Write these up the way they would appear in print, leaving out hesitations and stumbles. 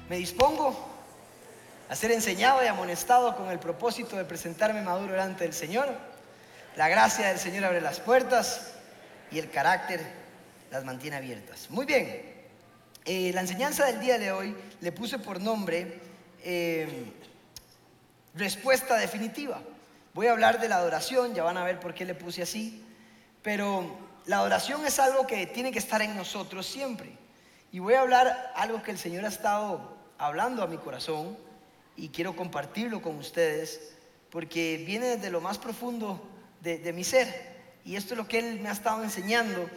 Me dispongo a ser enseñado y amonestado con el propósito de presentarme maduro delante del Señor. La gracia del Señor abre las puertas y el carácter las mantiene abiertas. Muy bien, la enseñanza del día de hoy le puse por nombre respuesta definitiva. Voy a hablar de la adoración, ya van a ver por qué le puse así, pero la adoración es algo que tiene que estar en nosotros siempre. Y voy a hablar algo que el Señor ha estado hablando a mi corazón y quiero compartirlo con ustedes porque viene desde lo más profundo de mi ser, y esto es lo que Él me ha estado enseñando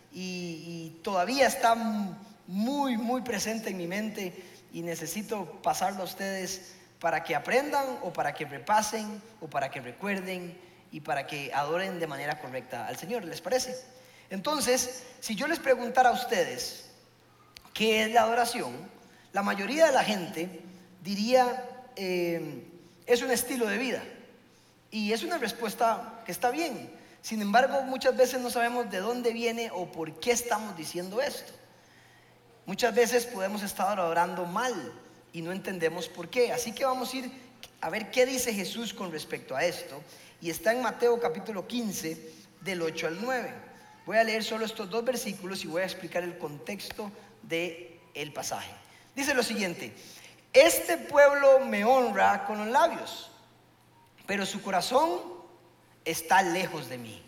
y todavía está muy presente en mi mente, y necesito pasarlo a ustedes para que aprendan o para que repasen o para que recuerden y para que adoren de manera correcta al Señor. ¿Les parece? Entonces, si yo les preguntara a ustedes ¿qué es la adoración?, la mayoría de la gente diría es un estilo de vida, y es una respuesta que está bien. Sin embargo, muchas veces no sabemos de dónde viene o por qué estamos diciendo esto. Muchas veces podemos estar adorando mal y no entendemos por qué. Así que vamos a ir a ver qué dice Jesús con respecto a esto, y está en Mateo capítulo 15 del 8 al 9. Voy a leer solo estos dos versículos y voy a explicar el contexto del pasaje. Dice lo siguiente: este pueblo me honra con los labios, pero su corazón está lejos de mí.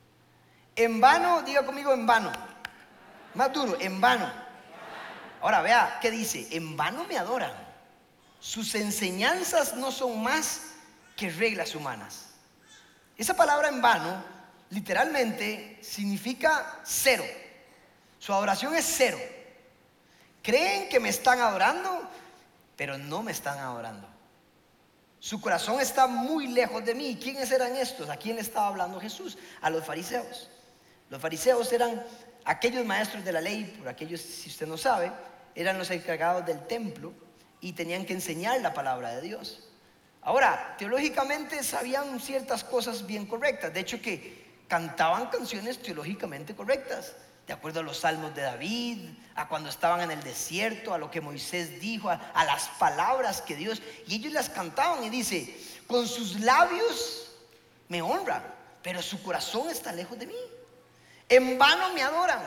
En vano, diga conmigo, en vano. Más duro, en vano. Ahora vea qué dice: en vano me adoran. Sus enseñanzas no son más que reglas humanas. Esa palabra en vano literalmente significa cero. Su adoración es cero. Creen que me están adorando, pero no me están adorando. Su corazón está muy lejos de mí. ¿Quiénes eran estos? ¿A quién le estaba hablando Jesús? A los fariseos. Los fariseos eran aquellos maestros de la ley, por aquellos, si usted no sabe, eran los encargados del templo y tenían que enseñar la palabra de Dios. Ahora, teológicamente sabían ciertas cosas bien correctas. De hecho, que cantaban canciones teológicamente correctas, de acuerdo a los salmos de David, a cuando estaban en el desierto, a lo que Moisés dijo, a las palabras que Dios, y ellos las cantaban. Y dice: con sus labios me honran, pero su corazón está lejos de mí. En vano me adoran.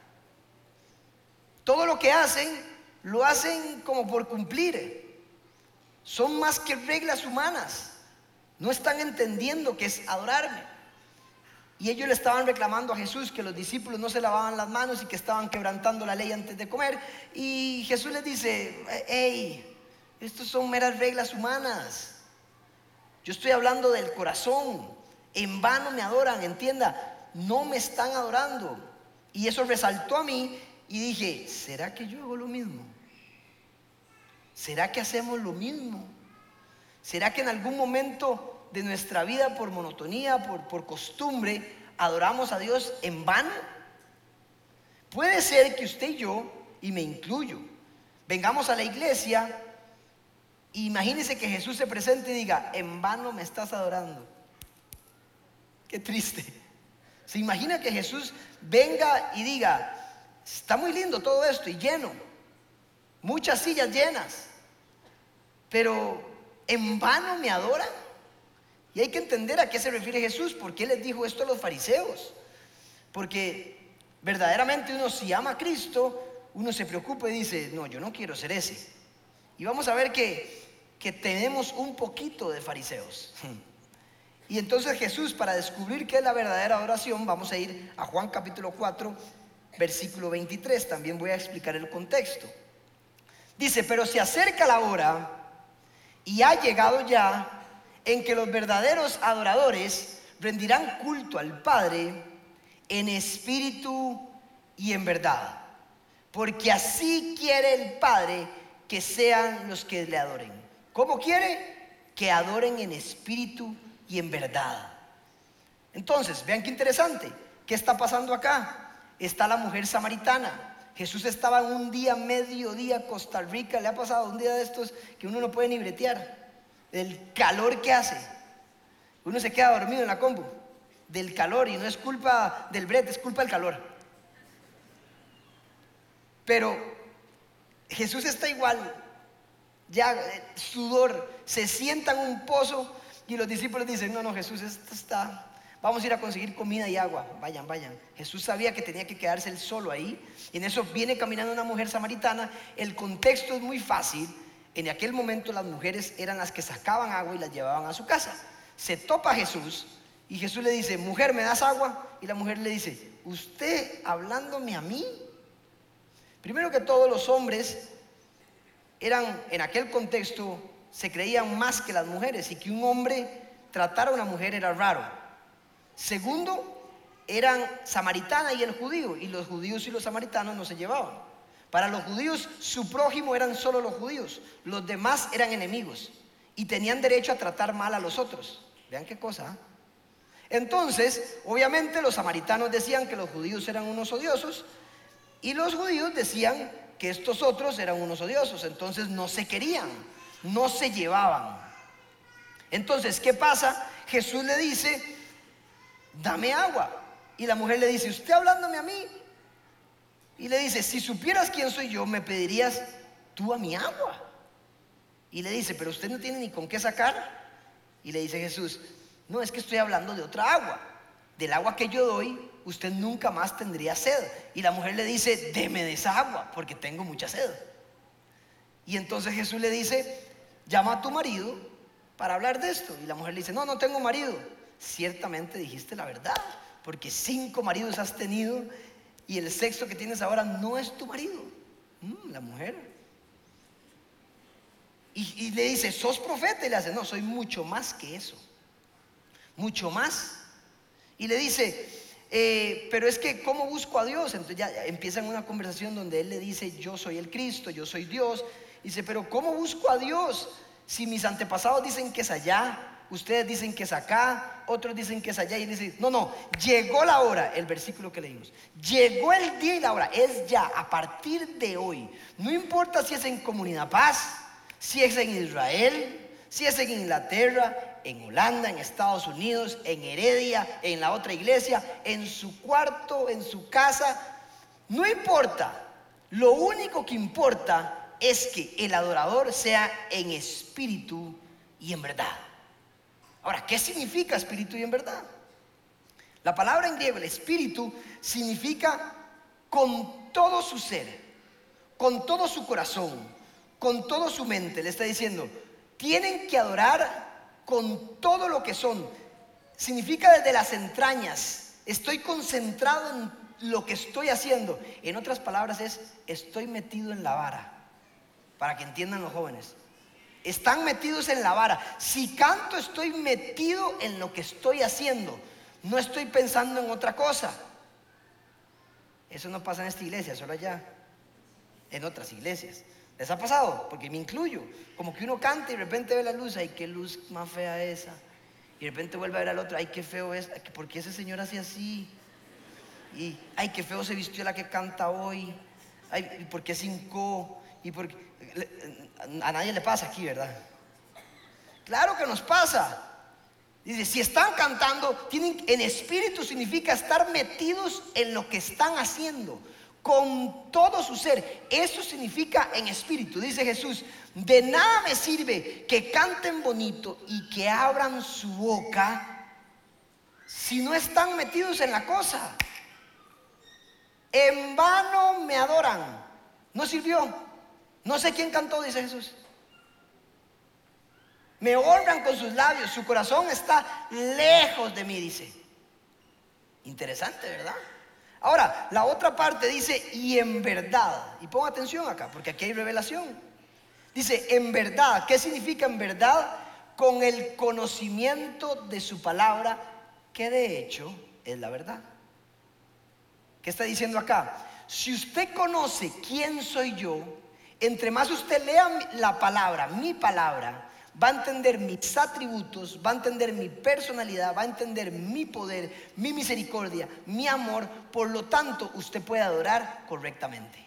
Todo lo que hacen, lo hacen como por cumplir. Son más que reglas humanas. No están entendiendo qué es adorarme. Y ellos le estaban reclamando a Jesús que los discípulos no se lavaban las manos y que estaban quebrantando la ley antes de comer. Y Jesús les dice: hey, estos son meras reglas humanas. Yo estoy hablando del corazón. En vano me adoran, entienda, no me están adorando. Y eso resaltó a mí y dije: ¿será que yo hago lo mismo? ¿Será que hacemos lo mismo? ¿Será que en algún momento de nuestra vida, por monotonía, por costumbre, adoramos a Dios en vano? Puede ser que usted y yo, y me incluyo, vengamos a la iglesia, e imagínese que Jesús se presente y diga: en vano me estás adorando. Qué triste. Se imagina que Jesús venga y diga: está muy lindo todo esto y lleno, muchas sillas llenas, pero en vano me adoran. Y hay que entender a qué se refiere Jesús. ¿Por qué les dijo esto a los fariseos? Porque verdaderamente uno, si ama a Cristo, uno se preocupa y dice: no, yo no quiero ser ese. Y vamos a ver que tenemos un poquito de fariseos. Y entonces Jesús, para descubrir qué es la verdadera adoración, vamos a ir a Juan capítulo 4, versículo 23. También voy a explicar el contexto. Dice: pero se acerca la hora, y ha llegado ya, en que los verdaderos adoradores rendirán culto al Padre en espíritu y en verdad, porque así quiere el Padre que sean los que le adoren. ¿Cómo quiere? Que adoren en espíritu y en verdad. Entonces, vean qué interesante. ¿Qué está pasando acá? Está la mujer samaritana. Jesús estaba en un día, mediodía, Costa Rica. ¿Le ha pasado un día de estos que uno no puede ni bretear? Del calor que hace. Uno se queda dormido en la combo del calor, y no es culpa del brete, es culpa del calor. Pero Jesús está igual ya sudor, se sientan en un pozo y los discípulos dicen, no, Jesús, esto está, vamos a ir a conseguir comida y agua, vayan. Jesús sabía que tenía que quedarse él solo ahí, y en eso viene caminando una mujer samaritana. El contexto es muy fácil. En aquel momento las mujeres eran las que sacaban agua y las llevaban a su casa. Se topa Jesús y Jesús le dice, mujer, ¿me das agua? Y la mujer le dice, ¿usted hablándome a mí? Primero que todo, los hombres eran, en aquel contexto, se creían más que las mujeres, y que un hombre tratara a una mujer era raro. Segundo, eran samaritana y el judío, y los judíos y los samaritanos no se llevaban. Para los judíos, su prójimo eran solo los judíos, los demás eran enemigos y tenían derecho a tratar mal a los otros. Vean qué cosa, ¿eh? Entonces, obviamente los samaritanos decían que los judíos eran unos odiosos, y los judíos decían que estos otros eran unos odiosos. Entonces no se querían, no se llevaban. Entonces, ¿qué pasa? Jesús le dice, dame agua. Y la mujer le dice, ¿usted hablándome a mí? Y le dice, si supieras quién soy yo, me pedirías tú a mi agua. Y le dice, pero usted no tiene ni con qué sacar. Y le dice Jesús, no, es que estoy hablando de otra agua. Del agua que yo doy, usted nunca más tendría sed. Y la mujer le dice, deme de esa agua, porque tengo mucha sed. Y entonces Jesús le dice, llama a tu marido para hablar de esto. Y la mujer le dice, no tengo marido. Ciertamente dijiste la verdad, porque 5 maridos has tenido, y el sexto que tienes ahora no es tu marido. La mujer. Y le dice, ¿sos profeta? Y le hace, no, soy mucho más que eso. Mucho más. Y le dice, pero es que ¿cómo busco a Dios? Entonces ya empiezan una conversación donde él le dice, yo soy el Cristo, yo soy Dios. Y dice, pero ¿cómo busco a Dios? Si mis antepasados dicen que es allá, ustedes dicen que es acá, otros dicen que es allá. Y él dice, no, llegó la hora, el versículo que leímos, llegó el día y la hora, es ya, a partir de hoy. No importa si es en Comunidad Paz, si es en Israel, si es en Inglaterra, en Holanda, en Estados Unidos, en Heredia, en la otra iglesia, en su cuarto, en su casa, no importa. Lo único que importa es que el adorador sea en espíritu y en verdad. Ahora, ¿qué significa espíritu y en verdad? La palabra en griego, el espíritu, significa con todo su ser, con todo su corazón, con toda su mente. Le está diciendo, tienen que adorar con todo lo que son. Significa desde las entrañas. Estoy concentrado en lo que estoy haciendo. En otras palabras es, estoy metido en la vara. Para que entiendan los jóvenes, están metidos en la vara. Si canto, estoy metido en lo que estoy haciendo. No estoy pensando en otra cosa. Eso no pasa en esta iglesia, solo allá, en otras iglesias. ¿Les ha pasado? Porque me incluyo. Como que uno canta y de repente ve la luz, ay, qué luz más fea esa. Y de repente vuelve a ver al otro, ay, qué feo es, ¿por qué ese señor hace así? Y, ay, qué feo se vistió la que canta hoy. Ay, ¿y por qué se hincó? ¿Y por qué? A nadie le pasa aquí, ¿verdad? Claro que nos pasa. Dice, si están cantando, tienen, en espíritu significa estar metidos en lo que están haciendo, con todo su ser. Eso significa en espíritu. Dice Jesús, de nada me sirve que canten bonito y que abran su boca si no están metidos en la cosa. En vano me adoran. No sirvió. No sé quién cantó, dice Jesús. Me honran con sus labios, su corazón está lejos de mí, dice. Interesante, ¿verdad? Ahora, la otra parte dice, y en verdad. Y ponga atención acá, porque aquí hay revelación. Dice, en verdad. ¿Qué significa en verdad? Con el conocimiento de su palabra, que de hecho es la verdad. ¿Qué está diciendo acá? Si usted conoce quién soy yo, entre más usted lea la palabra, mi palabra, va a entender mis atributos, va a entender mi personalidad, va a entender mi poder, mi misericordia, mi amor. Por lo tanto, usted puede adorar correctamente.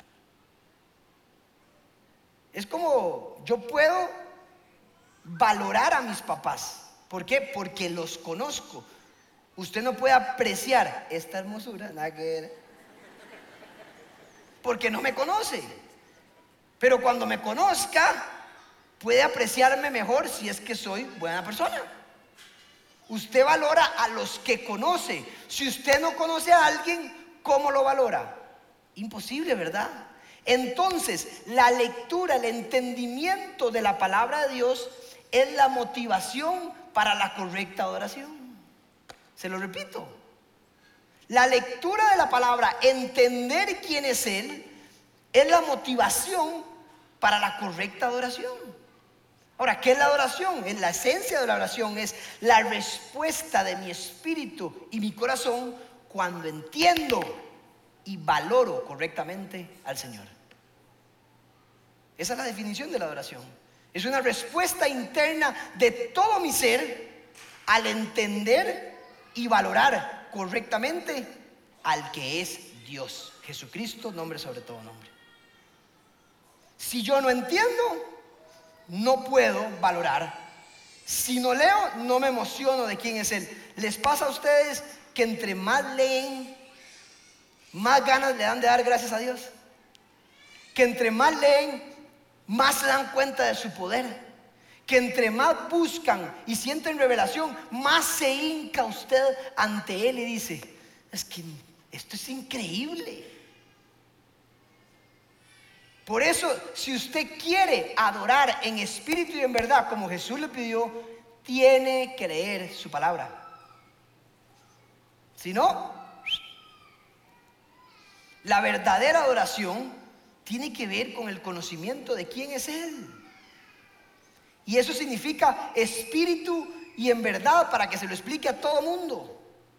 Es como yo puedo valorar a mis papás. ¿Por qué? Porque los conozco. Usted no puede apreciar esta hermosura, nada que ver, porque no me conoce. Pero cuando me conozca, puede apreciarme mejor si es que soy buena persona. Usted valora a los que conoce. Si usted no conoce a alguien, ¿cómo lo valora? Imposible, ¿verdad? Entonces, la lectura, el entendimiento de la palabra de Dios es la motivación para la correcta adoración. Se lo repito. La lectura de la palabra, entender quién es Él, es la motivación para la correcta adoración. Ahora, ¿qué es la adoración? La esencia de la oración es la respuesta de mi espíritu y mi corazón cuando entiendo y valoro correctamente al Señor. Esa es la definición de la adoración. Es una respuesta interna de todo mi ser al entender y valorar correctamente al que es Dios, Jesucristo, nombre sobre todo nombre. Si yo no entiendo, no puedo valorar. Si no leo, no me emociono de quién es Él. ¿Les pasa a ustedes que entre más leen, más ganas le dan de dar gracias a Dios? Que entre más leen, más se dan cuenta de su poder. Que entre más buscan y sienten revelación, más se hinca usted ante Él y dice: es que esto es increíble. Por eso, si usted quiere adorar en espíritu y en verdad, como Jesús le pidió, tiene que leer su palabra. Si no, la verdadera adoración tiene que ver con el conocimiento de quién es Él. Y eso significa espíritu y en verdad, para que se lo explique a todo mundo.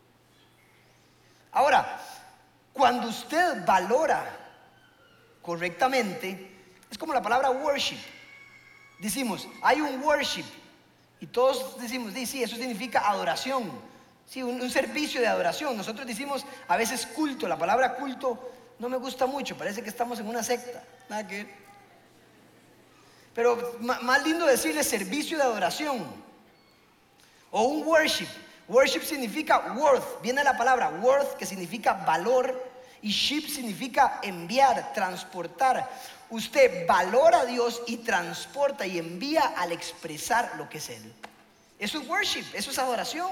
Ahora, cuando usted valora correctamente, es como la palabra worship. Decimos, hay un worship, y todos decimos, sí, eso significa adoración. Sí, un servicio de adoración. Nosotros decimos a veces culto. La palabra culto no me gusta mucho, parece que estamos en una secta. Nada que ver. Pero más lindo decirle servicio de adoración o un worship. Worship significa worth, viene la palabra worth, que significa valor, y ship significa enviar, transportar. Usted valora a Dios y transporta y envía al expresar lo que es Él. Eso es worship, eso es adoración.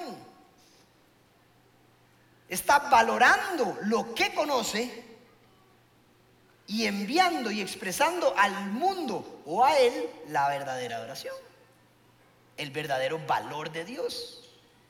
Está valorando lo que conoce y enviando y expresando al mundo o a Él la verdadera adoración, el verdadero valor de Dios.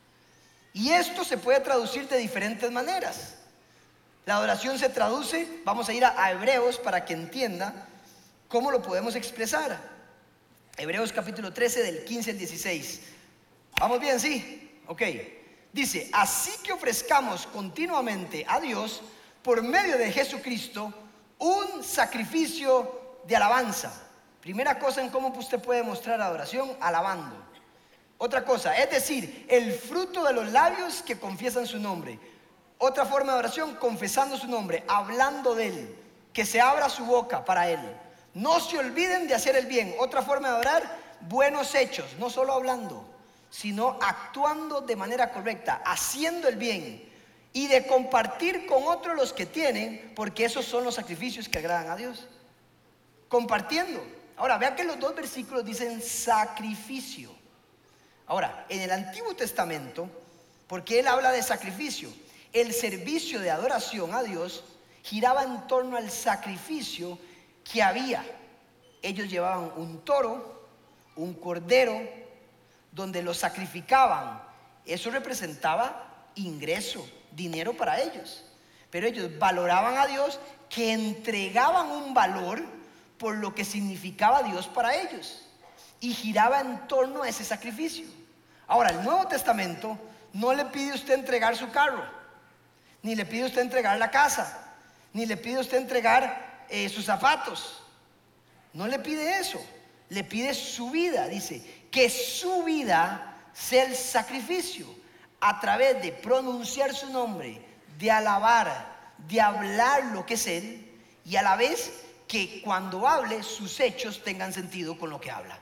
Y esto se puede traducir de diferentes maneras. La adoración se traduce, vamos a ir a Hebreos para que entienda cómo lo podemos expresar. Hebreos capítulo 13 del 15 al 16. ¿Vamos bien? ¿Sí? Ok. Dice, así que ofrezcamos continuamente a Dios por medio de Jesucristo un sacrificio de alabanza. Primera cosa en cómo usted puede mostrar adoración, alabando. Otra cosa, es decir, el fruto de los labios que confiesan su nombre. Otra forma de oración, confesando su nombre, hablando de Él, que se abra su boca para Él. No se olviden de hacer el bien. Otra forma de orar, buenos hechos, no solo hablando, sino actuando de manera correcta, haciendo el bien y de compartir con otros los que tienen, porque esos son los sacrificios que agradan a Dios. Compartiendo. Ahora, vean que los dos versículos dicen sacrificio. Ahora, en el Antiguo Testamento, porque él habla de sacrificio, el servicio de adoración a Dios giraba en torno al sacrificio que había. Ellos llevaban un toro, un cordero, donde lo sacrificaban. Eso representaba ingreso, dinero para ellos. Pero ellos valoraban a Dios, que entregaban un valor por lo que significaba Dios para ellos. Y giraba en torno a ese sacrificio. Ahora, el Nuevo Testamento no le pide a usted entregar su carro, ni le pide a usted entregar la casa, ni le pide a usted entregar sus zapatos. No le pide eso. Le pide su vida. Dice que su vida sea el sacrificio a través de pronunciar su nombre, de alabar, de hablar lo que es Él, y a la vez que cuando hable sus hechos tengan sentido con lo que habla.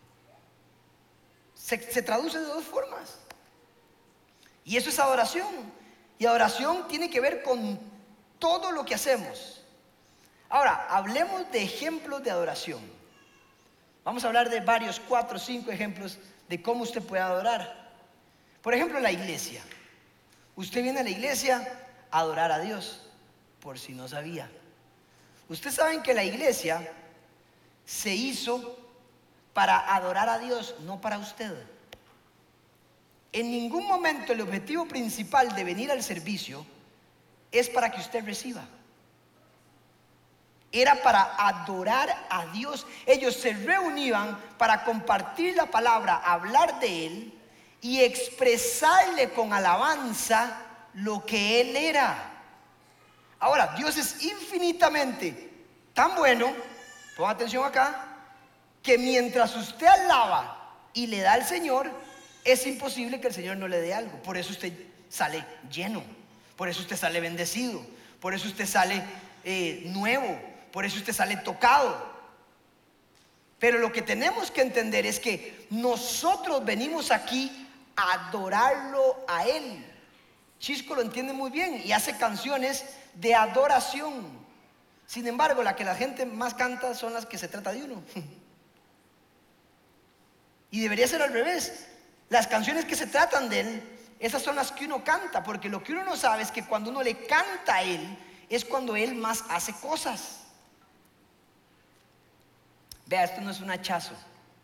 Se traduce de dos formas. Y eso es adoración. Y adoración tiene que ver con todo lo que hacemos. Ahora, hablemos de ejemplos de adoración. Vamos a hablar de varios, 4 o 5 ejemplos de cómo usted puede adorar. Por ejemplo, la iglesia. Usted viene a la iglesia a adorar a Dios, por si no sabía. Ustedes saben que la iglesia se hizo para adorar a Dios, no para usted. En ningún momento el objetivo principal de venir al servicio es para que usted reciba. Era para adorar a Dios. Ellos se reunían para compartir la palabra, hablar de Él y expresarle con alabanza lo que Él era. Ahora, Dios es infinitamente tan bueno, ponga atención acá, que mientras usted alaba y le da al Señor, es imposible que el Señor no le dé algo. Por eso usted sale lleno, por eso usted sale bendecido, por eso usted sale nuevo, por eso usted sale tocado. Pero lo que tenemos que entender es que nosotros venimos aquí a adorarlo a Él. Chisco lo entiende muy bien y hace canciones de adoración. Sin embargo, la que la gente más canta son las que se trata de uno. Y debería ser al revés. Las canciones que se tratan de Él, esas son las que uno canta, porque lo que uno no sabe es que cuando uno le canta a Él, es cuando Él más hace cosas. Vea, esto no es un hachazo,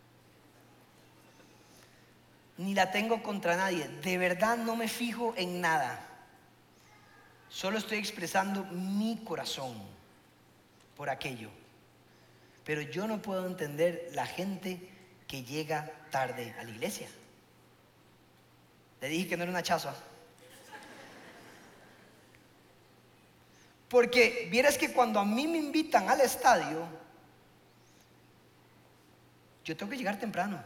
ni la tengo contra nadie. De verdad no me fijo en nada. Solo estoy expresando mi corazón por aquello. Pero yo no puedo entender la gente que llega tarde a la iglesia. Le dije que no era un hachazo. Porque vieras que cuando a mí me invitan al estadio, yo tengo que llegar temprano.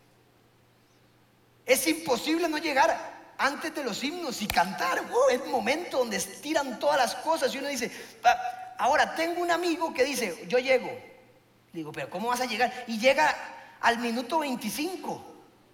Es imposible no llegar antes de los himnos y cantar. Es el momento donde estiran todas las cosas y uno dice, ahora tengo un amigo que dice, yo llego. Le digo, pero ¿cómo vas a llegar? Y llega al minuto 25.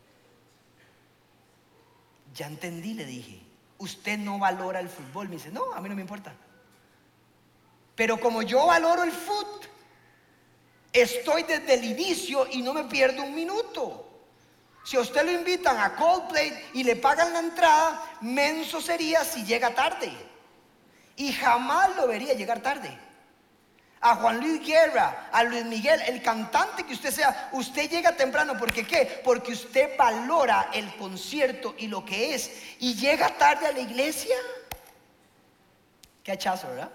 Ya entendí, le dije, usted no valora el fútbol. Me dice, no, a mí no me importa. Pero como yo valoro el fútbol, estoy desde el inicio y no me pierdo un minuto. Si a usted lo invitan a Coldplay y le pagan la entrada, menso sería si llega tarde. Y jamás lo vería llegar tarde. A Juan Luis Guerra, a Luis Miguel, el cantante que usted sea, usted llega temprano. ¿Porque qué? Porque usted valora el concierto y lo que es. Y llega tarde a la iglesia. Qué hachazo, ¿verdad?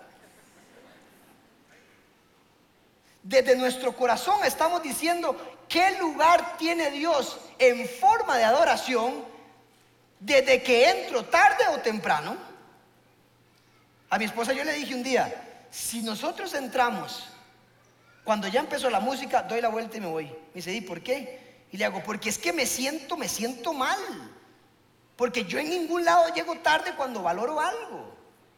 Desde nuestro corazón estamos diciendo qué lugar tiene Dios en forma de adoración desde que entro tarde o temprano. A mi esposa yo le dije un día, si nosotros entramos cuando ya empezó la música, doy la vuelta y me voy. Me dice, ¿y por qué? Y le hago, porque es que me siento mal. Porque yo en ningún lado llego tarde cuando valoro algo.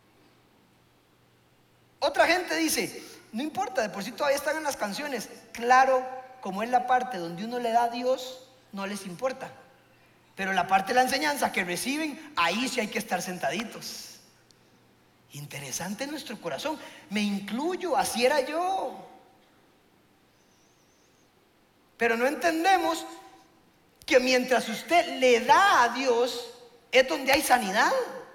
Otra gente dice, no importa, de por sí todavía están en las canciones. Claro, como es la parte donde uno le da a Dios, no les importa. Pero la parte de la enseñanza que reciben, ahí sí hay que estar sentaditos. Interesante nuestro corazón. Me incluyo, así era yo. Pero no entendemos que mientras usted le da a Dios, es donde hay sanidad.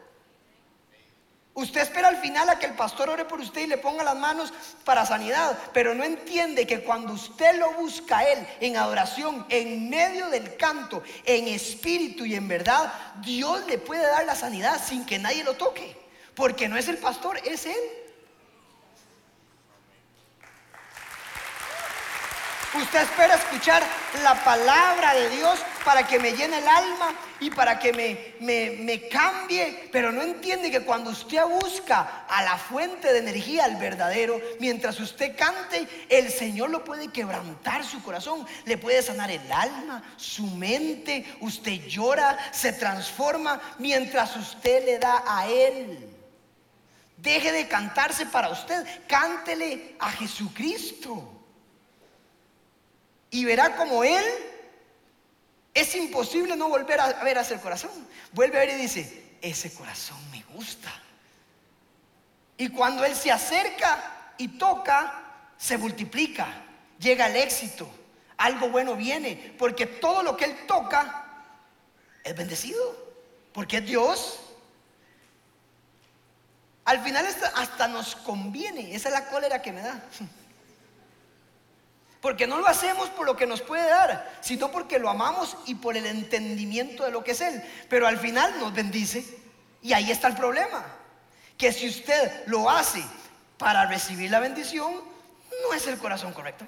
Usted espera al final a que el pastor ore por usted y le ponga las manos para sanidad, pero no entiende que cuando usted lo busca a Él en adoración, en medio del canto, en espíritu y en verdad, Dios le puede dar la sanidad sin que nadie lo toque, porque no es el pastor, es Él. Usted espera escuchar la palabra de Dios para que me llene el alma y para que me cambie, pero no entiende que cuando usted busca a la fuente de energía, al verdadero, mientras usted cante, el Señor lo puede quebrantar su corazón, le puede sanar el alma, su mente. Usted llora, se transforma mientras usted le da a Él. Deje de cantarse para usted, cántele a Jesucristo. Y verá como Él, es imposible no volver a ver hacia el corazón. Vuelve a ver y dice, ese corazón me gusta. Y cuando Él se acerca y toca, se multiplica, llega el éxito. algo bueno viene, porque todo lo que Él toca es bendecido, porque es Dios. Al final hasta nos conviene. Esa es la cólera que me da, porque no lo hacemos por lo que nos puede dar, sino porque lo amamos y por el entendimiento de lo que es Él. Pero al final nos bendice, y ahí está el problema, que si usted lo hace para recibir la bendición, no es el corazón correcto.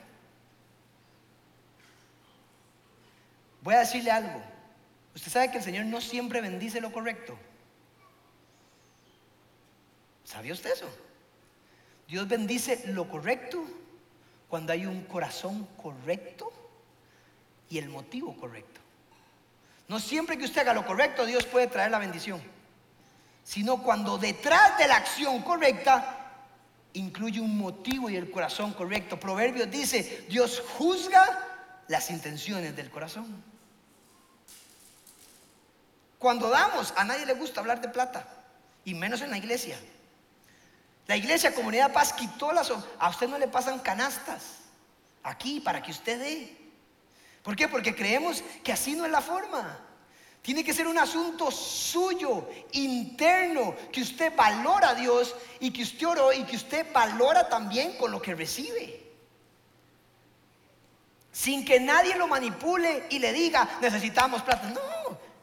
Voy a decirle algo. Usted sabe que el Señor no siempre bendice lo correcto. ¿Sabía usted eso? Dios bendice lo correcto cuando hay un corazón correcto y el motivo correcto. No siempre que usted haga lo correcto Dios puede traer la bendición, sino cuando detrás de la acción correcta incluye un motivo y el corazón correcto. Proverbios dice: Dios juzga las intenciones del corazón. Cuando damos, a nadie le gusta hablar de plata, y menos en la iglesia. La iglesia Comunidad Paz quitó a usted no le pasan canastas aquí para que usted dé. ¿Por qué? Porque creemos que así no es la forma. Tiene que ser un asunto suyo, interno, que usted valora a Dios y que usted oró y que usted valora también con lo que recibe, sin que nadie lo manipule y le diga: necesitamos plata. No.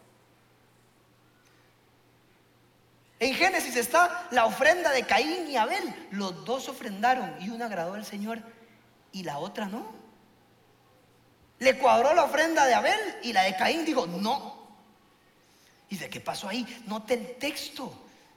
En Génesis está la ofrenda de Caín y Abel. Los dos ofrendaron y una agradó al Señor y la otra no. Le cuadró la ofrenda de Abel y la de Caín dijo no. ¿Y de qué pasó ahí? Note el texto.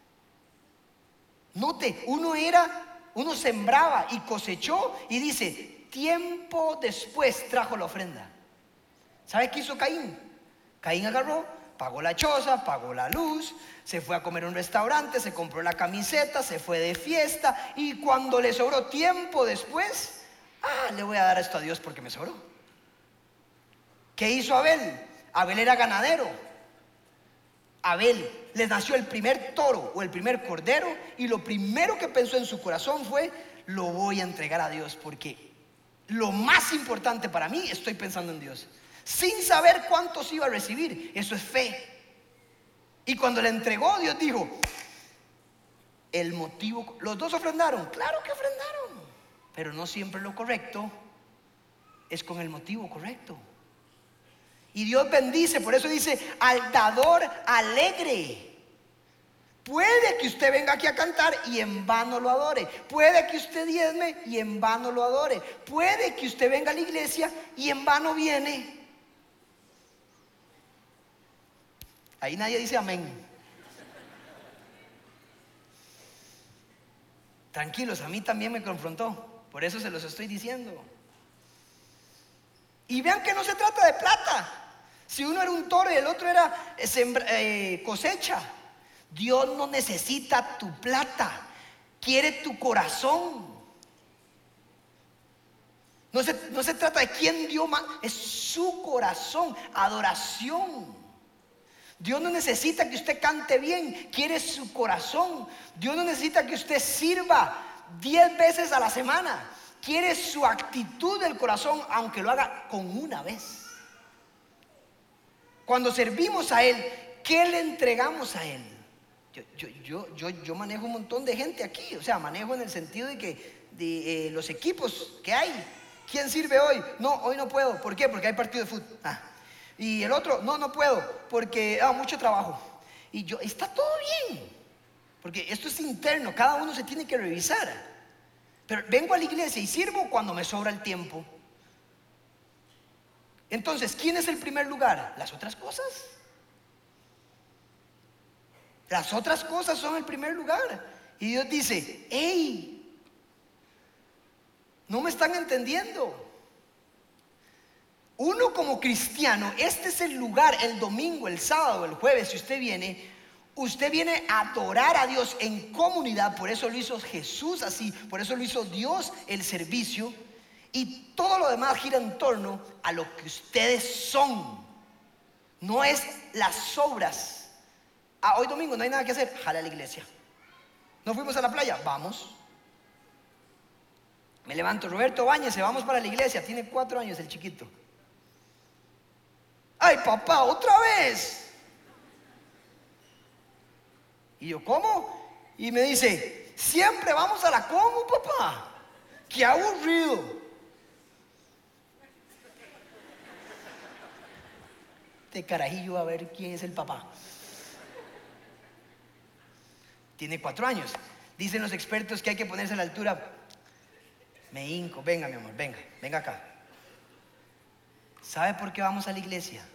Note, uno sembraba y cosechó, y dice: tiempo después trajo la ofrenda. ¿Sabe qué hizo Caín? Caín agarró, pagó la choza, pagó la luz, se fue a comer a un restaurante, se compró la camiseta, se fue de fiesta, y cuando le sobró tiempo después, le voy a dar esto a Dios porque me sobró. ¿Qué hizo Abel? Abel era ganadero. Abel le nació el primer toro o el primer cordero, y lo primero que pensó en su corazón fue: lo voy a entregar a Dios, porque lo más importante para mí, estoy pensando en Dios, sin saber cuántos iba a recibir. Eso es fe. Y cuando le entregó, Dios dijo: el motivo. Los dos ofrendaron, claro que ofrendaron, pero no siempre lo correcto es con el motivo correcto. Y Dios bendice, por eso dice: al dador alegre. Puede que usted venga aquí a cantar y en vano lo adore. Puede que usted diezme y en vano lo adore. Puede que usted venga a la iglesia y en vano viene. Ahí nadie dice amén. Tranquilos, a mí también me confrontó, por eso se los estoy diciendo. Y vean que no se trata de plata. Si uno era un toro y el otro era cosecha, Dios no necesita tu plata, quiere tu corazón. No se trata de quién dio más, es su corazón, adoración. Dios no necesita que usted cante bien, quiere su corazón. Dios no necesita que usted sirva 10 veces a la semana, quiere su actitud del corazón, aunque lo haga con una vez. Cuando servimos a Él, ¿qué le entregamos a Él? Yo manejo un montón de gente aquí, o sea, manejo en el sentido de que los equipos que hay. ¿Quién sirve hoy? No, hoy no puedo. ¿Por qué? Porque hay partido de fútbol. Y el otro, no puedo, porque mucho trabajo. Y está todo bien, porque esto es interno, cada uno se tiene que revisar. Pero vengo a la iglesia y sirvo cuando me sobra el tiempo. Entonces, ¿quién es el primer lugar? Las otras cosas. Las otras cosas son el primer lugar. Y Dios dice: hey, no me están entendiendo. Uno como cristiano, este es el lugar, el domingo, el sábado, el jueves, si usted viene a adorar a Dios en comunidad. Por eso lo hizo Jesús así, por eso lo hizo Dios, el servicio. Y todo lo demás gira en torno a lo que ustedes son. No es las obras. Hoy domingo no hay nada que hacer, jala a la iglesia. ¿No fuimos a la playa? Vamos. Me levanto, Roberto, báñese, vamos para la iglesia. Tiene 4 años el chiquito. Ay, papá, otra vez. Y yo, ¿cómo? Y me dice, siempre vamos a la Como, papá. Qué aburrido. De carajillo a ver quién es el papá. Tiene 4 años. Dicen los expertos que hay que ponerse a la altura. Me hinco, venga mi amor, venga acá. ¿Sabe por qué vamos a la iglesia?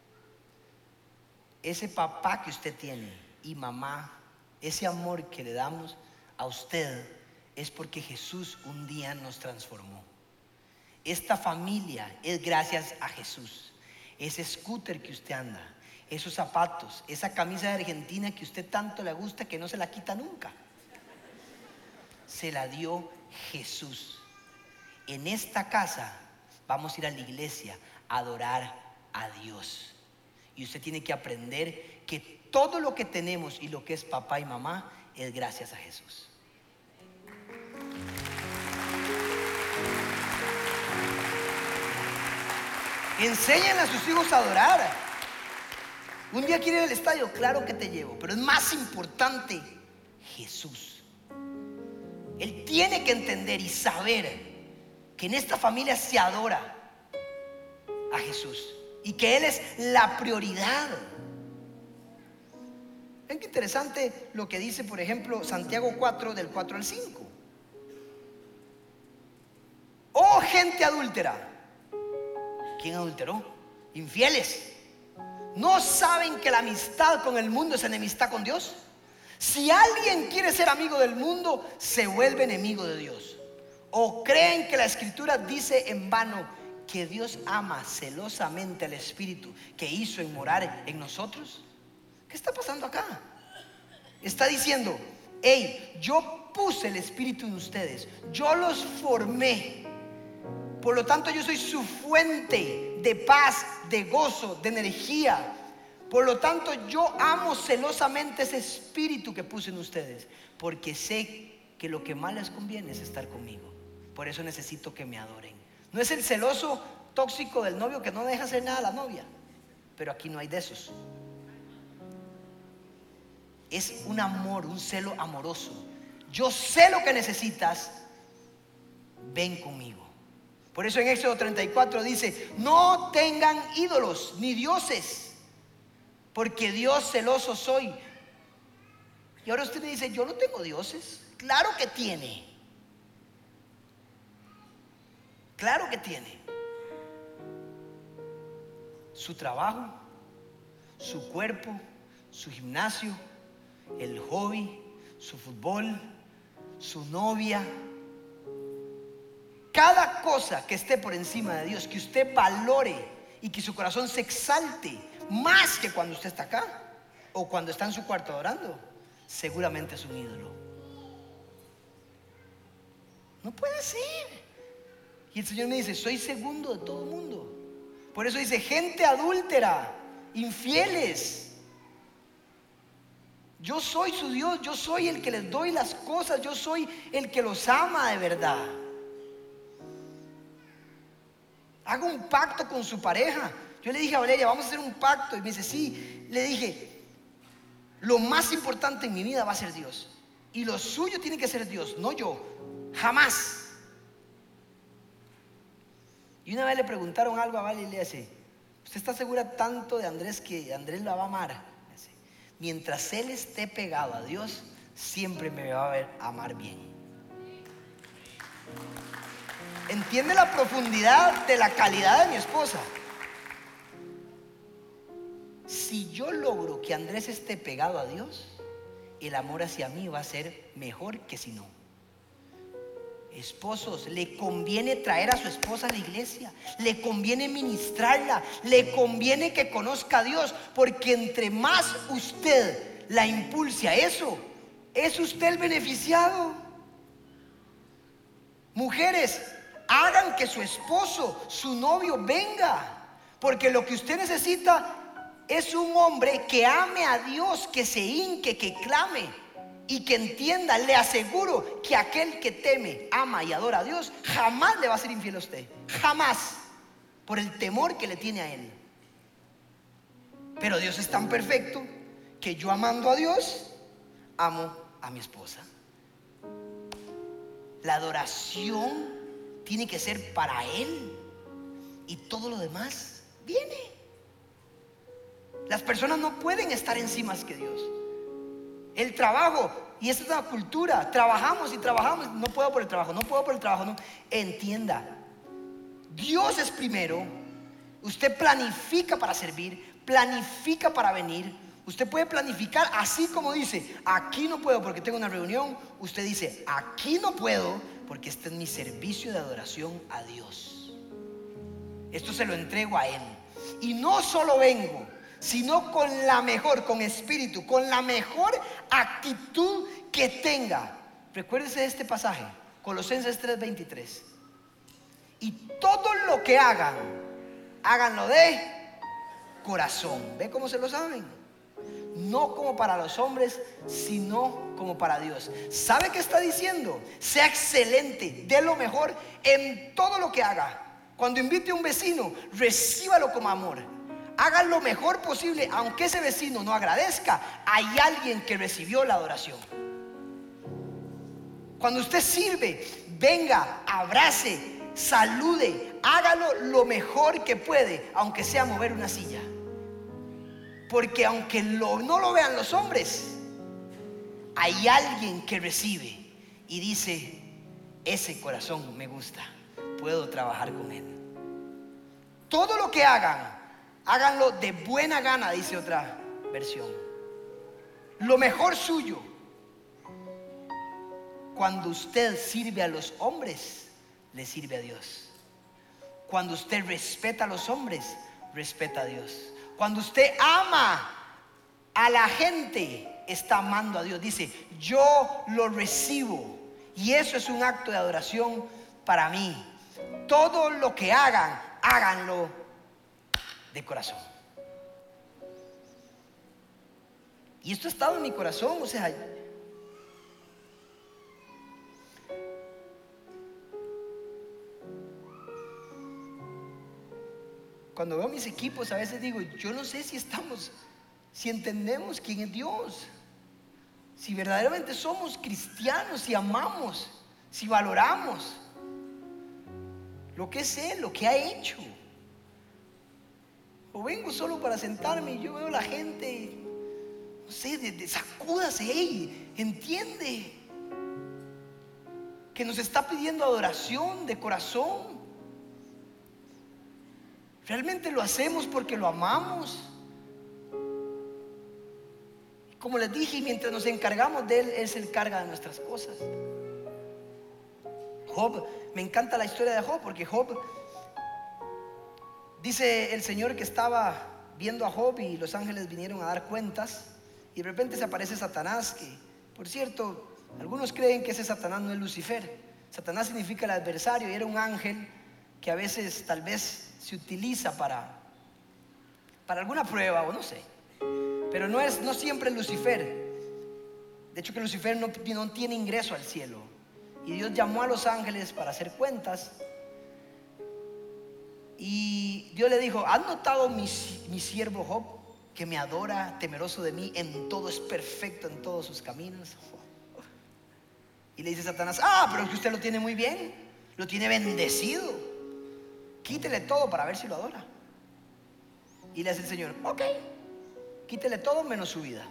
Ese papá que usted tiene y mamá, ese amor que le damos a usted es porque Jesús un día nos transformó. Esta familia es gracias a Jesús. Ese scooter que usted anda, esos zapatos, esa camisa de Argentina que a usted tanto le gusta que no se la quita nunca, se la dio Jesús. En esta casa vamos a ir a la iglesia a adorar a Dios. Y usted tiene que aprender que todo lo que tenemos y lo que es papá y mamá es gracias a Jesús. Enséñenle a sus hijos a adorar. Un día quiere ir al estadio, claro que te llevo, pero es más importante Jesús. Él tiene que entender y saber que en esta familia se adora a Jesús y que Él es la prioridad. Ven qué interesante lo que dice, por ejemplo, Santiago 4, del 4 al 5. Oh gente adúltera. ¿Quién adulteró? Infieles. ¿No saben que la amistad con el mundo es enemistad con Dios? Si alguien quiere ser amigo del mundo, se vuelve enemigo de Dios. ¿O creen que la Escritura dice en vano que Dios ama celosamente al Espíritu que hizo morar en nosotros? ¿Qué está pasando acá? Está diciendo, hey, yo puse el Espíritu en ustedes, yo los formé. Por lo tanto, yo soy su fuente de paz, de gozo, de energía. Por lo tanto, yo amo celosamente ese espíritu que puse en ustedes, porque sé que lo que más les conviene es estar conmigo. Por eso necesito que me adoren. No es el celoso tóxico del novio que no deja hacer nada a la novia, pero aquí no hay de esos. Es un amor, un celo amoroso. Yo sé lo que necesitas, ven conmigo. Por eso en Éxodo 34 dice, no tengan ídolos ni dioses, porque Dios celoso soy. Y ahora usted me dice, yo no tengo dioses. Claro que tiene. Claro que tiene. Su trabajo, su cuerpo, su gimnasio, el hobby, su fútbol, su novia. Cada cosa que esté por encima de Dios, que usted valore y que su corazón se exalte más que cuando usted está acá o cuando está en su cuarto adorando, seguramente es un ídolo. No puede ser. Y el Señor me dice, soy segundo de todo el mundo. Por eso dice, gente adúltera, infieles. Yo soy su Dios, yo soy el que les doy las cosas, yo soy el que los ama de verdad. Haga un pacto con su pareja. Yo le dije a Valeria, vamos a hacer un pacto. Y me dice, sí. Le dije, lo más importante en mi vida va a ser Dios. Y lo suyo tiene que ser Dios, no yo. Jamás. Y una vez le preguntaron algo a Valeria y le dice, ¿usted está segura tanto de Andrés que Andrés la va a amar? Dice, mientras él esté pegado a Dios, siempre me va a ver amar bien. ¿Entiende la profundidad de la calidad de mi esposa? Si yo logro que Andrés esté pegado a Dios, el amor hacia mí va a ser mejor que si no. Esposos, le conviene traer a su esposa a la iglesia, le conviene ministrarla, le conviene que conozca a Dios, porque entre más usted la impulse a eso, es usted el beneficiado. Mujeres, hagan que su esposo, su novio venga, porque lo que usted necesita es un hombre que ame a Dios, que se hinque, que clame y que entienda. Le aseguro que aquel que teme, ama y adora a Dios jamás le va a ser infiel a usted, jamás, por el temor que le tiene a Él. Pero Dios es tan perfecto que yo, amando a Dios, amo a mi esposa. La adoración tiene que ser para Él, y todo lo demás viene. Las personas no pueden estar encima que Dios. El trabajo, y esta es una cultura, trabajamos y trabajamos, no puedo por el trabajo, no puedo por el trabajo, no. Entienda, Dios es primero. Usted planifica para servir, planifica para venir. Usted puede planificar así como dice: aquí no puedo porque tengo una reunión. Usted dice: aquí no puedo porque este es mi servicio de adoración a Dios. Esto se lo entrego a Él. Y no solo vengo, sino con la mejor, con espíritu, con la mejor actitud que tenga. Recuérdese de este pasaje, Colosenses 3:23. Y todo lo que hagan, háganlo de corazón. ¿Ve cómo se lo saben? No como para los hombres, sino como para Dios. ¿Sabe qué está diciendo? Sea excelente, dé lo mejor en todo lo que haga. Cuando invite a un vecino, recíbalo con amor. Haga lo mejor posible, aunque ese vecino no agradezca. Hay alguien que recibió la adoración. Cuando usted sirve, venga, abrace, salude, hágalo lo mejor que puede, aunque sea mover una silla. Porque aunque no lo vean los hombres, hay alguien que recibe y dice: ese corazón me gusta, puedo trabajar con él. Todo lo que hagan, háganlo de buena gana, dice otra versión. Lo mejor suyo. Cuando usted sirve a los hombres, le sirve a Dios. Cuando usted respeta a los hombres, respeta a Dios. Cuando usted ama a la gente, está amando a Dios. Dice: yo lo recibo. Y eso es un acto de adoración para mí. Todo lo que hagan, háganlo de corazón. Y esto ha estado en mi corazón. O sea, cuando veo mis equipos, a veces digo: yo no sé si entendemos quién es Dios, si verdaderamente somos cristianos, si amamos, si valoramos lo que es Él, lo que ha hecho. O vengo solo para sentarme y yo veo a la gente, no sé, sacúdase, hey, entiende que nos está pidiendo adoración de corazón. ¿Realmente lo hacemos porque lo amamos? Como les dije, mientras nos encargamos de Él, Él se encarga de nuestras cosas. Job, me encanta la historia de Job, porque Job, dice el Señor que estaba viendo a Job y los ángeles vinieron a dar cuentas, y de repente se aparece Satanás, que por cierto, algunos creen que ese Satanás no es Lucifer. Satanás significa el adversario, y era un ángel que a veces tal vez se utiliza para alguna prueba, o no sé, pero no siempre es Lucifer. De hecho, que Lucifer no tiene ingreso al cielo, y Dios llamó a los ángeles para hacer cuentas. Y Dios le dijo: ¿has notado mi siervo Job, que me adora, temeroso de mí? En todo es perfecto, en todos sus caminos. Y le dice Satanás: pero es que usted lo tiene muy bien, lo tiene bendecido. Quítele todo para ver si lo adora. Y le hace el Señor: ok, quítele todo menos su vida.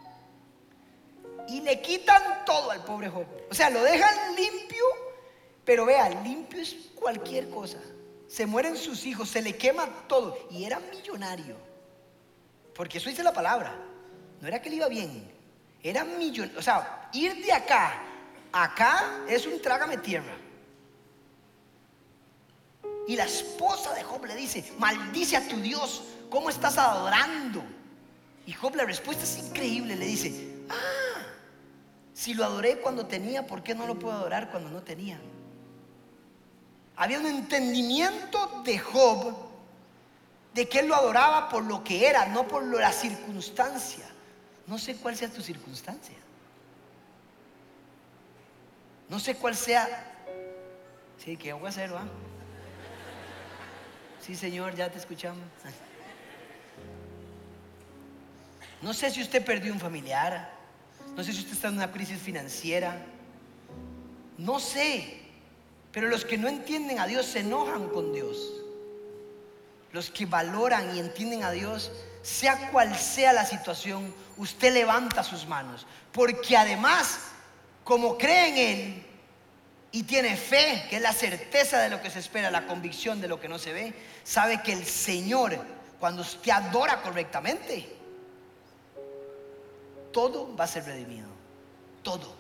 Y le quitan todo al pobre Job. O sea, lo dejan limpio, pero vea, limpio es cualquier cosa. Se mueren sus hijos, se le quema todo. Y era millonario, porque eso dice la palabra. No era que le iba bien, era millonario. O sea, ir de acá a acá es un trágame tierra. Y la esposa de Job le dice: maldice a tu Dios, ¿cómo estás adorando? Y Job, la respuesta es increíble. Le dice: si lo adoré cuando tenía, ¿por qué no lo puedo adorar cuando no tenía? Había un entendimiento de Job de que él lo adoraba por lo que era, no por la circunstancia. No sé cuál sea tu circunstancia, no sé cuál sea. Sí, ¿qué voy a hacer, va? Sí, Señor, ya te escuchamos. No sé si usted perdió un familiar, no sé si usted está en una crisis financiera, no sé, pero los que no entienden a Dios se enojan con Dios. Los que valoran y entienden a Dios, sea cual sea la situación, usted levanta sus manos, porque además, como cree en Él y tiene fe, que es la certeza de lo que se espera, la convicción de lo que no se ve, sabe que el Señor, cuando usted adora correctamente, todo va a ser redimido, todo.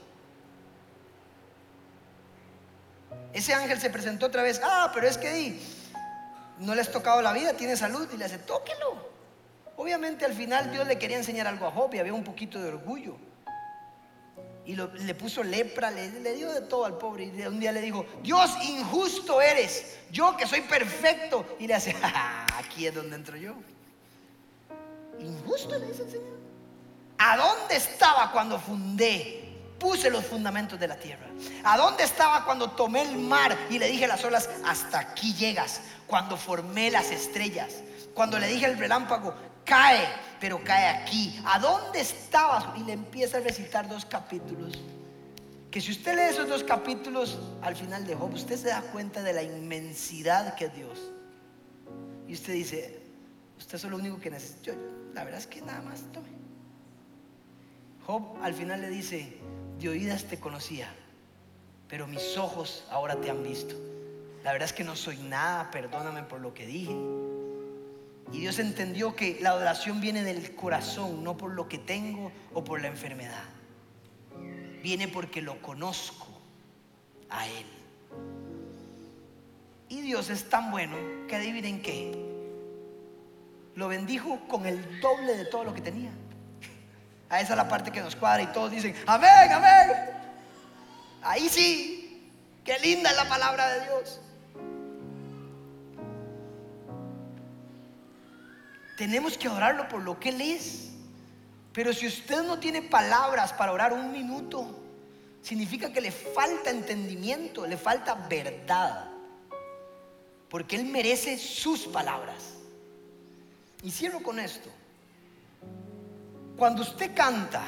Ese ángel se presentó otra vez. Pero es que no le has tocado la vida, tiene salud, y le hace, tóquelo. Obviamente al final Dios le quería enseñar algo a Job y había un poquito de orgullo. Y le puso lepra, le dio de todo al pobre. Y un día le dijo, Dios, injusto eres, yo que soy perfecto. Y le hace, aquí es donde entro yo. Injusto, le dice el Señor. ¿A dónde estaba cuando puse los fundamentos de la tierra? ¿A dónde estaba cuando tomé el mar y le dije a las olas, hasta aquí llegas? Cuando formé las estrellas, cuando le dije al relámpago, cae, pero cae aquí. ¿A dónde estabas? Y le empieza a recitar 2 capítulos, que si usted lee esos 2 capítulos al final de Job, usted se da cuenta de la inmensidad que es Dios. Y usted dice, usted es lo único que necesita. La verdad es que nada más, tome. Job al final le dice, de oídas te conocía, pero mis ojos ahora te han visto. La verdad es que no soy nada, perdóname por lo que dije. Y Dios entendió que la adoración viene del corazón, no por lo que tengo o por la enfermedad. Viene porque lo conozco a Él. Y Dios es tan bueno que adivinen qué, lo bendijo con el doble de todo lo que tenía. A esa es la parte que nos cuadra y todos dicen, amén, amén. Ahí sí, qué linda es la palabra de Dios. Tenemos que adorarlo por lo que Él es. Pero si usted no tiene palabras para orar un minuto, significa que le falta entendimiento, le falta verdad, porque Él merece sus palabras. Y cierro con esto. Cuando usted canta,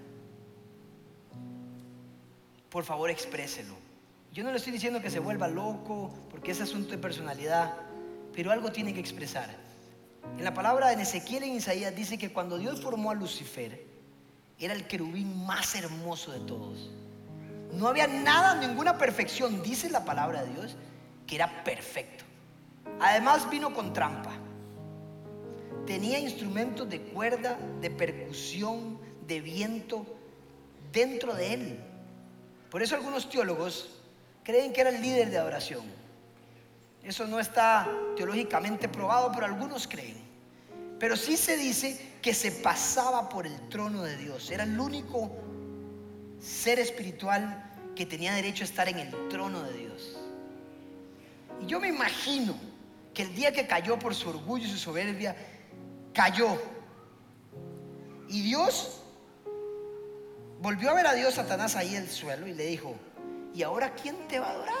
por favor expréselo. Yo no le estoy diciendo que se vuelva loco, porque es asunto de personalidad, pero algo tiene que expresar. En la palabra de Ezequiel en Isaías dice que cuando Dios formó a Lucifer, era el querubín más hermoso de todos. No había nada, ninguna perfección, dice la palabra de Dios, que era perfecto. Además vino con trampa. Tenía instrumentos de cuerda, de percusión, de viento dentro de él. Por eso algunos teólogos creen que era el líder de adoración. Eso no está teológicamente probado, pero algunos creen. Pero sí se dice que se pasaba por el trono de Dios. Era el único ser espiritual que tenía derecho a estar en el trono de Dios. Y yo me imagino que el día que cayó por su orgullo y su soberbia, cayó. Y Dios volvió a ver a Dios, Satanás, ahí en el suelo, y le dijo, ¿y ahora quién te va a adorar?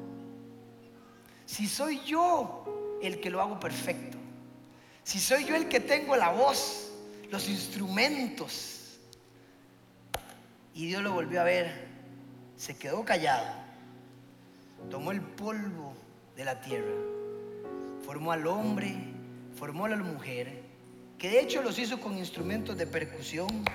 Si soy yo el que lo hago perfecto, si soy yo el que tengo la voz, los instrumentos. Y Dios lo volvió a ver, se quedó callado, tomó el polvo de la tierra, formó al hombre, formó a la mujer, que de hecho los hizo con instrumentos de percusión,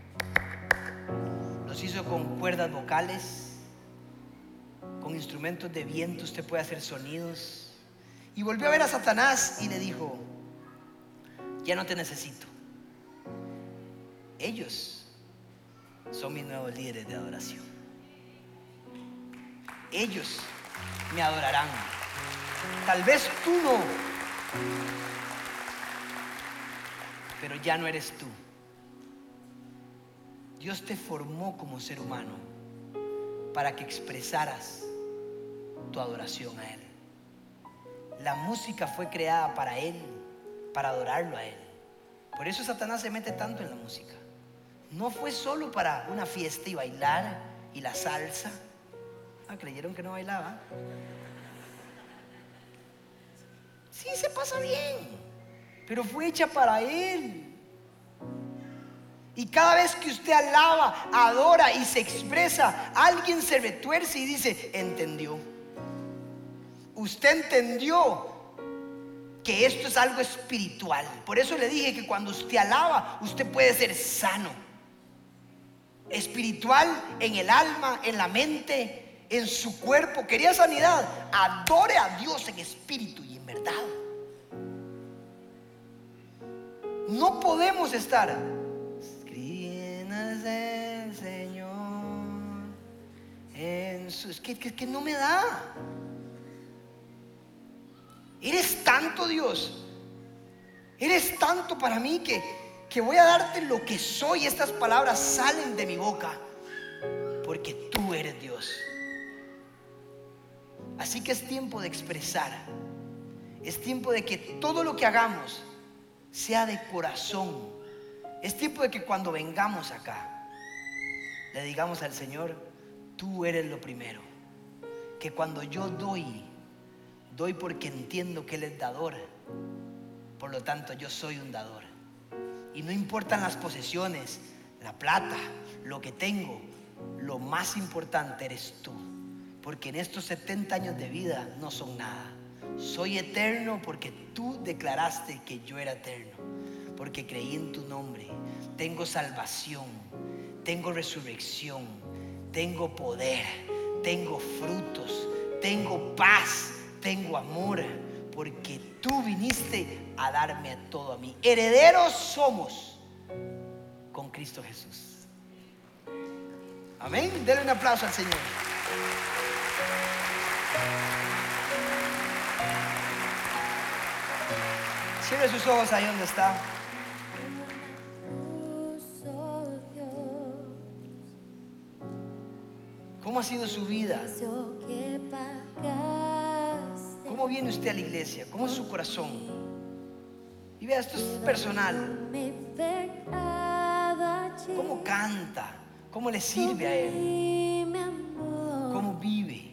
los hizo con cuerdas vocales, con instrumentos de viento. Usted puede hacer sonidos. Y volvió a ver a Satanás y le dijo, ya no te necesito. Ellos son mis nuevos líderes de adoración. Ellos me adorarán. Tal vez tú no, pero ya no eres tú. Dios te formó como ser humano para que expresaras tu adoración a Él. La música fue creada para Él, para adorarlo a Él. Por eso Satanás se mete tanto en la música. No fue solo para una fiesta y bailar y la salsa. ¿Creyeron que no bailaba? Sí, se pasa bien, pero fue hecha para Él. Y cada vez que usted alaba, adora y se expresa, alguien se retuerce y dice: entendió. Usted entendió que esto es algo espiritual. Por eso le dije que cuando usted alaba, usted puede ser sano. Espiritual, en el alma, en la mente, en su cuerpo. ¿Quería sanidad? Adore a Dios en espíritu y en verdad. No podemos estar el Señor en sus... que no me da. Eres tanto, Dios. Eres tanto para mí que voy a darte lo que soy. Estas palabras salen de mi boca porque tú eres Dios. Así que es tiempo de expresar. Es tiempo de que todo lo que hagamos sea de corazón. Es tiempo de que cuando vengamos acá le digamos al Señor: tú eres lo primero. Que cuando yo doy porque entiendo que Él es dador. Por lo tanto, yo soy un dador. Y no importan las posesiones, la plata, lo que tengo. Lo más importante eres tú. Porque en estos 70 años de vida no son nada. Soy eterno porque tú declaraste que yo era eterno. Porque creí en tu nombre. Tengo salvación, tengo resurrección, tengo poder, tengo frutos, tengo paz, tengo amor, porque tú viniste a darme todo a mí. Herederos somos con Cristo Jesús. Amén. Denle un aplauso al Señor. Cierre sus ojos ahí donde está. ¿Cómo ha sido su vida? ¿Cómo viene usted a la iglesia? ¿Cómo es su corazón? Y vea, esto es personal. ¿Cómo canta? ¿Cómo le sirve a Él? ¿Cómo vive?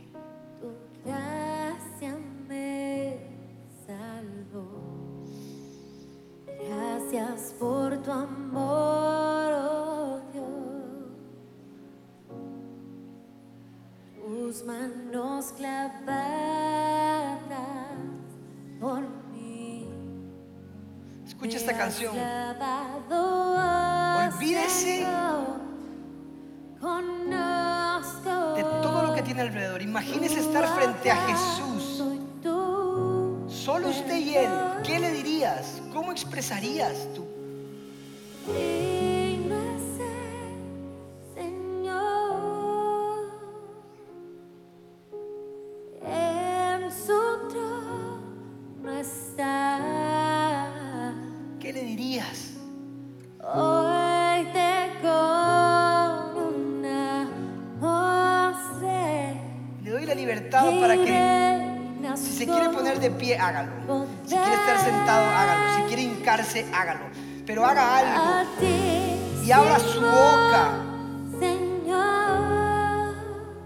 Gracias por tu amor, oh Dios. Tus manos clavadas por mí. Escucha esta canción. Olvídese de todo lo que tiene alrededor. Imagínese estar frente a Jesús. Solo usted y Él. ¿Qué le dirías? ¿Cómo expresarías tú? ¿Qué le dirías? Hoy te Le doy la libertad para que, si se quiere poner de pie, hágalo. Si quiere estar sentado, hágalo. Si quiere hincarse, hágalo. Pero haga algo y abra su boca. Señor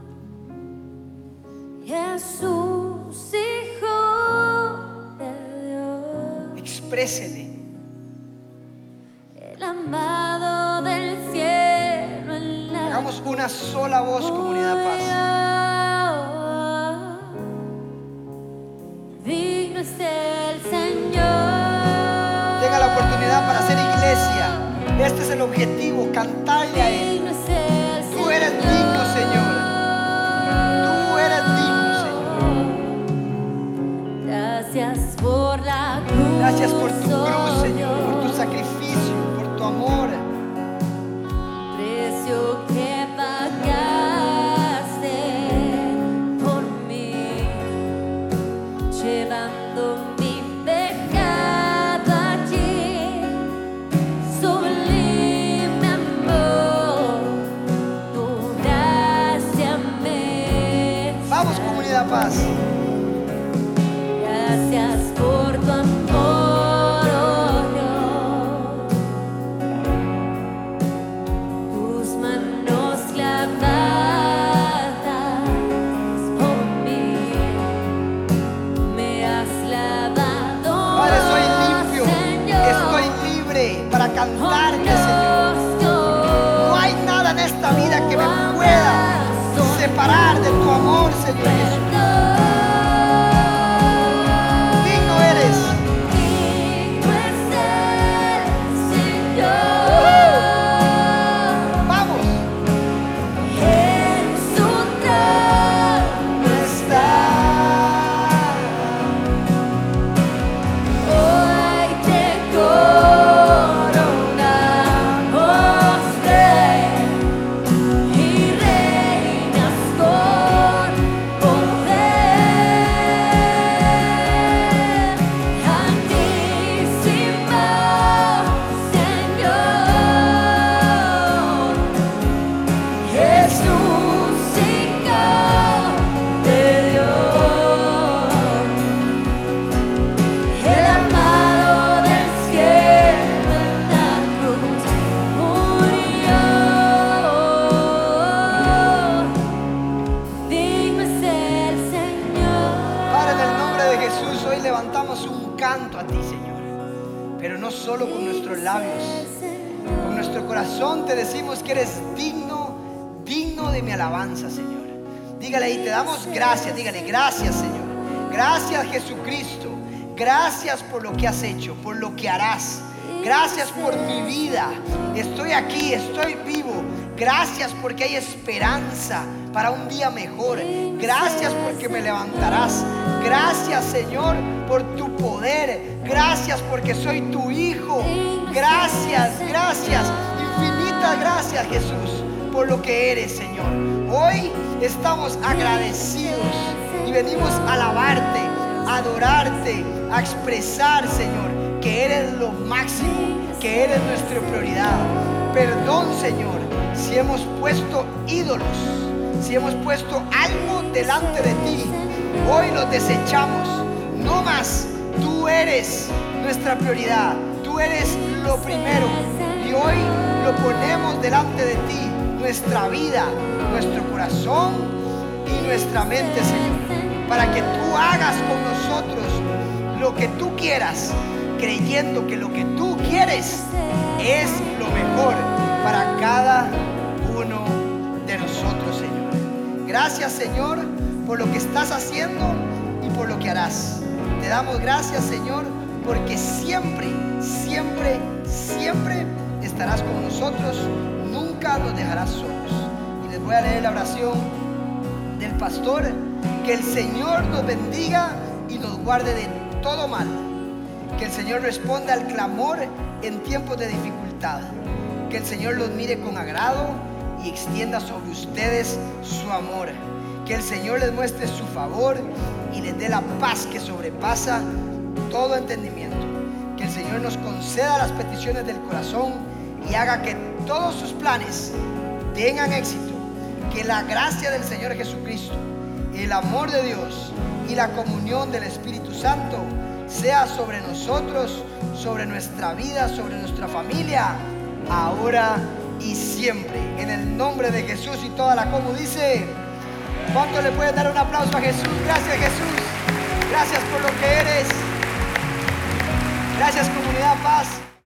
Jesús, Hijo de Dios, Exprésele. el amado del cielo en la Hagamos una sola voz, comunidad Paz. Digno es el Señor. Tenga la oportunidad para hacer iglesia. Este es el objetivo, cantarle a Él. Digno es el Tú eres digno, Señor. Tú eres digno, Señor. Gracias por la cruz. Gracias por tu oh cruz, Señor, por tu Dios. sacrificio, por tu amor. Precio que pagaste por mí, llevando mi pecado allí. Sublime amor, tu gracia me Vamos, comunidad Paz. Gracias por tu amor, oh Dios. Tus manos clavadas por mí, me has lavado. Padre, soy limpio. Señor. Estoy libre para cantarte, Oh Señor. Dios, Jesús, hoy levantamos un canto a ti, Señor, pero no solo con nuestros labios, con nuestro corazón te decimos que eres digno de mi alabanza, Señor. Dígale ahí, te damos gracias, dígale, gracias, Señor. Gracias, Jesucristo. Gracias por lo que has hecho, por lo que harás. Gracias por mi vida. Estoy aquí, estoy vivo. Gracias porque hay esperanza para un día mejor. Gracias porque me levantarás. Gracias, Señor, por tu poder. Gracias porque soy tu hijo. Gracias, gracias, infinitas gracias, Jesús, por lo que eres, Señor. Hoy estamos agradecidos y venimos a alabarte, a adorarte, a expresar, Señor, que eres lo máximo, que eres nuestra prioridad. Perdón, Señor, si hemos puesto ídolos, si hemos puesto algo delante de ti. Hoy los desechamos. No más. Tú eres nuestra prioridad. Tú eres lo primero. Y hoy lo ponemos delante de ti. Nuestra vida, nuestro corazón y nuestra mente, Señor, para que tú hagas con nosotros lo que tú quieras, creyendo que lo que tú quieres es lo mejor para cada uno de nosotros, Señor. Gracias, Señor, por lo que estás haciendo y por lo que harás. Te damos gracias, Señor, porque siempre, siempre, siempre estarás con nosotros. Nunca nos dejarás solos. Y les voy a leer la oración del pastor. Que el Señor nos bendiga y nos guarde de todo mal. Que el Señor responda al clamor en tiempos de dificultad. Que el Señor los mire con agrado y extienda sobre ustedes su amor. Que el Señor les muestre su favor y les dé la paz que sobrepasa todo entendimiento. Que el Señor nos conceda las peticiones del corazón y haga que todos sus planes tengan éxito. Que la gracia del Señor Jesucristo, el amor de Dios y la comunión del Espíritu Santo sea sobre nosotros, sobre nuestra vida, sobre nuestra familia, ahora y siempre. En el nombre de Jesús, y toda la como dice. ¿Cuánto le pueden dar un aplauso a Jesús? Gracias, Jesús. Gracias por lo que eres. Gracias, comunidad Paz.